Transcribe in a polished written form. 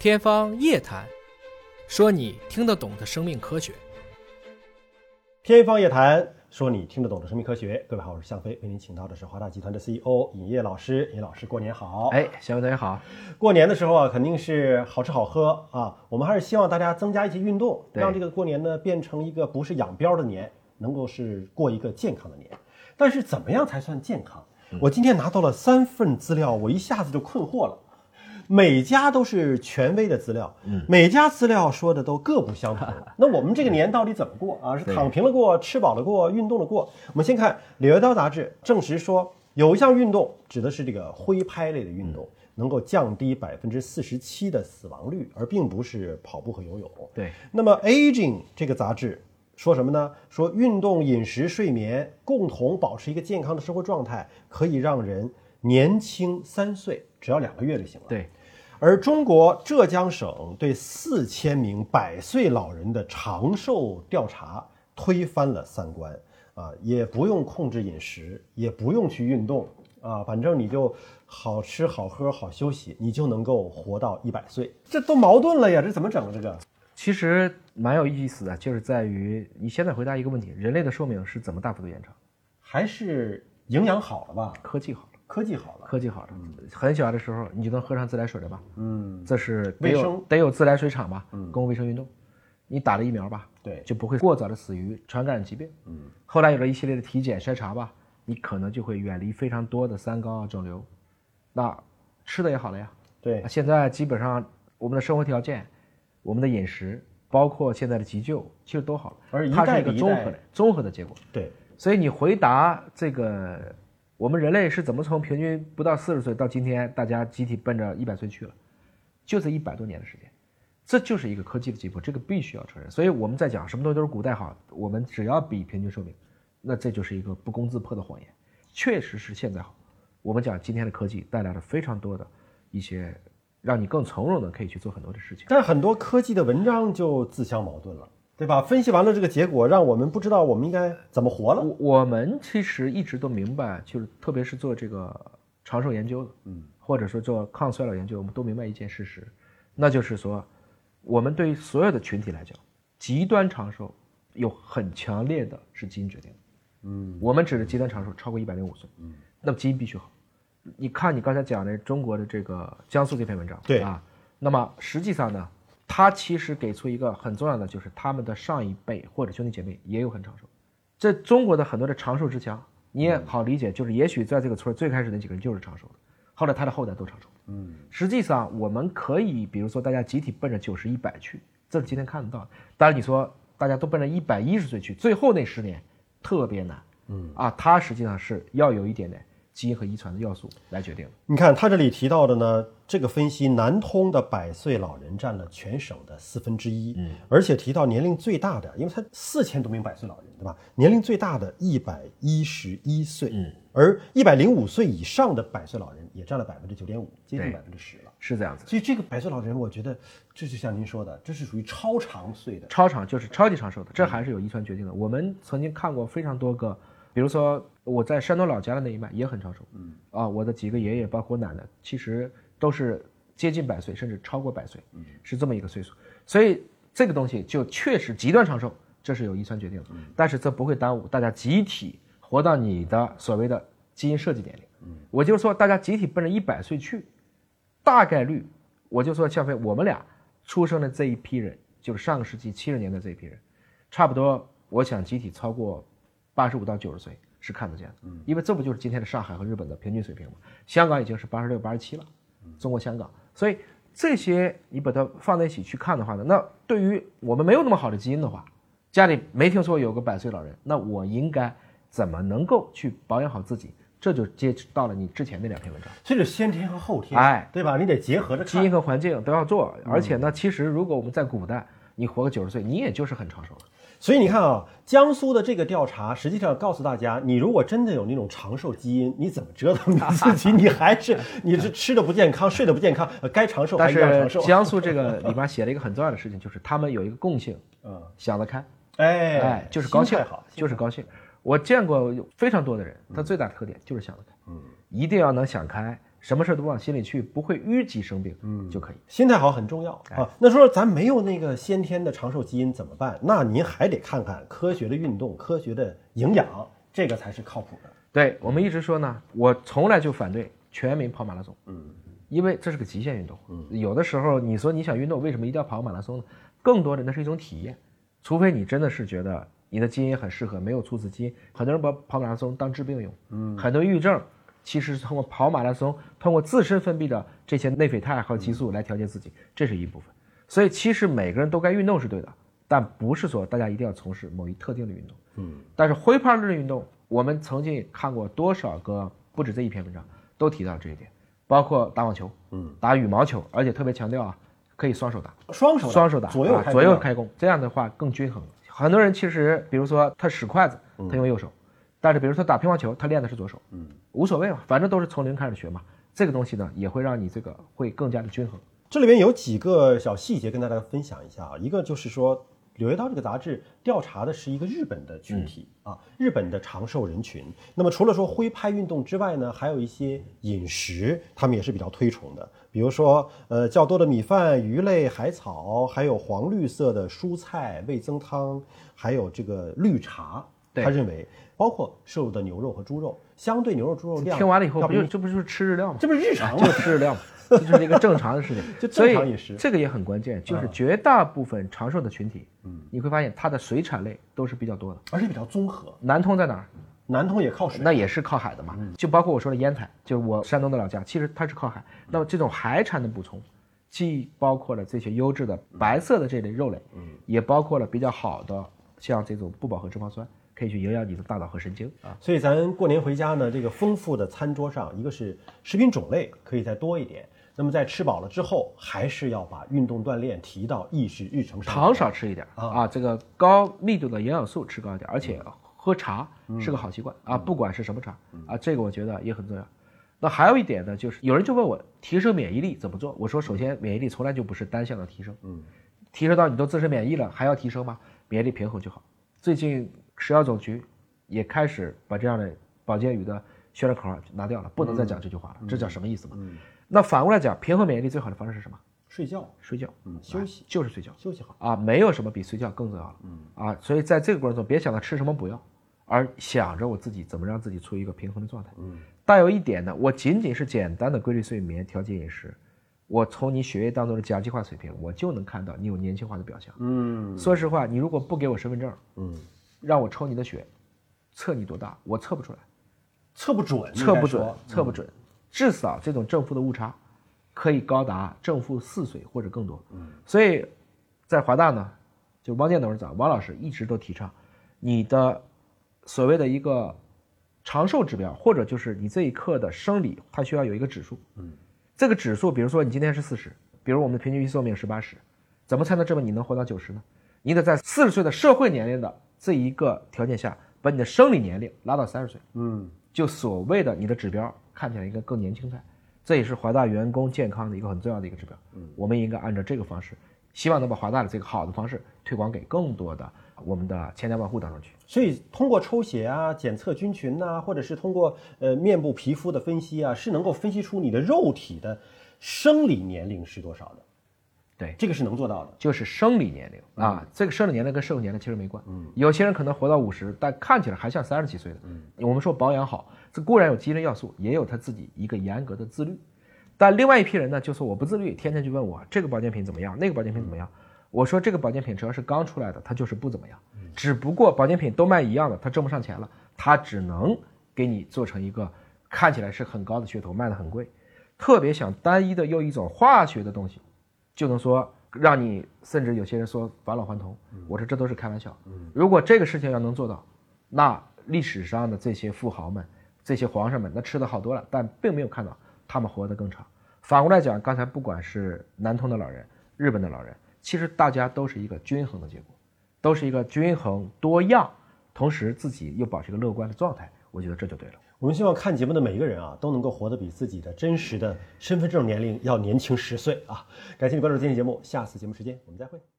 天方夜谭，说你听得懂的生命科学。 天方夜谭，说你听得懂的生命科学。各位好，我是向飞，为您请到的是华大集团的 CEO 尹烨老师。尹老师，过年好！ 向飞同学好。 过年的时候啊，肯定是好吃好喝啊。我们还是希望大家增加一些运动，让这个过年呢变成一个不是养膘的年，能够是过一个健康的年。但是怎么样才算健康？我今天拿到了3份资料，我一下子就困惑了。每家都是权威的资料，每家资料说的都各不相同。那我们这个年到底怎么过啊？是躺平了过，吃饱了过，运动了过？我们先看《柳叶刀》杂志证实说，有一项运动指的是这个挥拍类的运动，能够降低47%的死亡率，而并不是跑步和游泳。 对。 那么《Aging》这个杂志说什么呢？说运动、饮食、睡眠共同保持一个健康的生活状态，可以让人年轻3岁，只要2个月就行了。 对。 而中国浙江省对4000名100岁老人的长寿调查推翻了3观啊，也不用控制饮食，也不用去运动啊，反正你就好吃好喝好休息，你就能够活到100岁。这都矛盾了呀，这怎么整？这个其实蛮有意思的，就是在于你现在回答一个问题：人类的寿命是怎么大幅度延长？ 还是营养好了吧？ 科技好了。 科技好了， 很小的时候你就能喝上自来水了吧？这是卫得有自来水厂吧？公共卫生运动，你打了疫苗吧？ 对， 就不会过早的死于传染疾病。后来有了一系列的体检筛查吧，你可能就会远离非常多的3高啊、肿瘤。那吃的也好了呀。 对， 现在基本上我们的生活条件、我们的饮食，包括现在的急救，其实都好了。 而它是一个综合的结果。 对， 所以你回答这个。我们人类是怎么从平均不到40岁到今天大家集体奔着100岁去了，就这100多年的时间，这就是一个科技的进步，这个必须要承认。所以我们在讲什么东西都是古代好，我们只要比平均寿命，那这就是一个不攻自破的谎言。确实是现在好，我们讲今天的科技带来了非常多的一些让你更从容的可以去做很多的事情， 但很多科技的文章就自相矛盾了，对吧？分析完了这个结果，让我们不知道我们应该怎么活了。 我们其实一直都明白，就是特别是做这个长寿研究的，或者说做抗衰老研究，我们都明白一件事实，那就是说，我们对于所有的群体来讲，极端长寿有很强烈的是基因决定的。我们指的极端长寿超过105岁，那么基因必须好。你看你刚才讲的中国的这个江苏这篇文章， 对啊，那么实际上呢？他其实给出一个很重要的，就是他们的上一辈或者兄弟姐妹也有很长寿。这中国的很多的长寿之乡，你也好理解，就是也许在这个村最开始那几个人就是长寿的，后来他的后代都长寿。实际上我们可以，比如说大家集体奔着90、100去，这是今天看得到的。当然你说大家都奔着110岁去，最后那10年特别难。它实际上是要有一点点基因和遗传的要素来决定的。 你看他这里提到的呢，这个分析南通的100岁老人占了全省的1/4，而且提到年龄最大的，因为他4000多名100岁老人，对吧？年龄最大的111岁，而105岁以上的100岁老人也占了9.5%，接近10%了。 是这样子。 所以这个100岁老人，我觉得这就像您说的，这是属于超长岁的， 就是超级长寿的，这还是有遗传决定的。我们曾经看过非常多个。比如说我在山东老家的那一脉也很长寿，我的几个爷爷包括我奶奶其实都是接近100岁甚至超过100岁，是这么一个岁数。所以这个东西就确实极端长寿，这是有遗传决定的，但是这不会耽误大家集体活到你的所谓的基因设计年龄。我就说大家集体奔着100岁去，大概率我就说像我们俩出生的这一批人，就是上个世纪70年代这一批人，差不多我想集体超过85到90岁是看得见的，因为这不就是今天的上海和日本的平均水平吗？香港已经是86、87了，中国香港，所以这些你把它放在一起去看的话呢，那对于我们没有那么好的基因的话，家里没听说有个100岁老人，那我应该怎么能够去保养好自己？这就接到了你之前那2篇文章， 这是先天和后天，对吧？你得结合着看， 基因和环境都要做，而且呢，其实如果我们在古代，你活个90岁，你也就是很长寿了。 所以你看啊，江苏的这个调查实际上告诉大家，你如果真的有那种长寿基因，你怎么折腾你自己，你还是你是吃的不健康，睡的不健康，该长寿还是要长寿。 但是江苏这个里面写了一个很重要的事情，就是他们有一个共性，想得开，就是高兴，就是高兴。我见过非常多的人，他最大的特点就是想得开，一定要能想开， 什么事都不往心里去，不会淤积生病，就可以。 心态好很重要啊。那说咱没有那个先天的长寿基因怎么办？那您还得看看科学的运动、科学的营养，这个才是靠谱的。 对，我们一直说呢，我从来就反对全民跑马拉松，因为这是个极限运动。有的时候你说你想运动，为什么一定要跑马拉松呢？更多的那是一种体验，除非你真的是觉得你的基因很适合，没有猝死基因，很多人把跑马拉松当治病用，很多抑郁症其实是通过跑马拉松，通过自身分泌的这些内啡肽和激素来调节自己，这是一部分。所以其实每个人都该运动是对的，但不是说大家一定要从事某一特定的运动。但是灰胖日的运动，我们曾经看过多少个，不止这一篇文章都提到这一点，包括打网球，打羽毛球，而且特别强调啊，可以双手打，双手打，左右开弓，这样的话更均衡。很多人其实，比如说他使筷子，他用右手。但是比如说打乒乓球，他练的是左手，无所谓嘛，反正都是从零开始学嘛。这个东西呢，也会让你这个会更加的均衡。 这里面有几个小细节跟大家分享一下啊。一个就是说，《柳叶刀》这个杂志调查的是一个日本的群体啊，日本的长寿人群。那么除了说挥拍运动之外呢，还有一些饮食，他们也是比较推崇的。比如说，较多的米饭、鱼类、海草，还有黄绿色的蔬菜、味增汤，还有这个绿茶。他认为，包括摄入的牛肉和猪肉，相对牛肉、猪肉量。 听完了以后，这不就是吃日料吗？ 这不是日常吗？ 就是吃日料嘛，这就是一个正常的事情。 就正常饮食， 这个也很关键，就是绝大部分长寿的群体，你会发现它的水产类都是比较多的， 而且比较综合。 南通在哪儿？ 南通也靠水， 那也是靠海的嘛。就包括我说的烟台，就是我山东的老家，其实它是靠海。那么这种海产的补充，既包括了这些优质的白色的这类肉类，也包括了比较好的像这种不饱和脂肪酸。可以去营养你的大脑和神经啊， 所以咱过年回家呢，这个丰富的餐桌上，一个是食品种类可以再多一点，那么在吃饱了之后，还是要把运动锻炼提到议事日程上。 糖少吃一点啊，这个高密度的营养素吃高一点，而且喝茶是个好习惯啊，不管是什么茶啊，这个我觉得也很重要。那还有一点呢，就是有人就问我提升免疫力怎么做，我说首先免疫力从来就不是单向的提升，提升到你都自身免疫了还要提升吗？免疫力平衡就好。最近食药总局也开始把这样的保健语的宣传口号拿掉了，不能再讲这句话了，这叫什么意思嘛？那反过来讲，平衡免疫力最好的方式是什么？ 睡觉，休息， 就是睡觉， 休息好啊，没有什么比睡觉更重要了，啊，所以在这个过程中，别想着吃什么补药，而想着我自己怎么让自己处于一个平衡的状态。带有一点呢，我仅仅是简单的规律睡眠、调节饮食，我从你血液当中的甲基化水平，我就能看到你有年轻化的表象。说实话，你如果不给我身份证，让我抽你的血，测你多大，我测不出来， 测不准， 测不准。至少这种正负的误差，可以高达正负4岁或者更多。所以，在华大呢，就汪建董事长王老师一直都提倡，你的所谓的一个长寿指标，或者就是你这一刻的生理，它需要有一个指数。这个指数，比如说你今天是40，比如我们的平均寿命是80，怎么才能证明你能活到90呢？你得在40岁的社会年龄的这一个条件下，把你的生理年龄拉到30岁，就所谓的你的指标看起来应该更年轻态，这也是华大员工健康的一个很重要的一个指标。我们应该按照这个方式，希望能把华大的这个好的方式推广给更多的我们的千家万户当中去。 所以通过抽血啊、检测菌群啊，或者是通过面部皮肤的分析啊，是能够分析出你的肉体的生理年龄是多少的。 对， 这个是能做到的， 就是生理年龄啊，这个生理年龄跟社会年龄其实没关。有些人可能活到50，但看起来还像30几岁的。我们说保养好，这固然有基因要素，也有他自己一个严格的自律。但另外一批人呢，就说我不自律，天天就问我这个保健品怎么样，那个保健品怎么样。我说这个保健品只要是刚出来的，它就是不怎么样。只不过保健品都卖一样的，它挣不上钱了，它只能给你做成一个看起来是很高的噱头，卖得很贵。特别想单一的用一种化学的东西，就能说让你，甚至有些人说返老还童，我说这都是开玩笑。如果这个事情要能做到，那历史上的这些富豪们、这些皇上们，那吃的好多了，但并没有看到他们活得更长。反过来讲，刚才不管是南通的老人、日本的老人，其实大家都是一个均衡的结果，都是一个均衡多样，同时自己又保持一个乐观的状态，我觉得这就对了。 我们希望看节目的每一个人啊，都能够活得比自己的真实的身份证年龄要年轻10岁啊！感谢你关注今天节目，下次节目时间我们再会。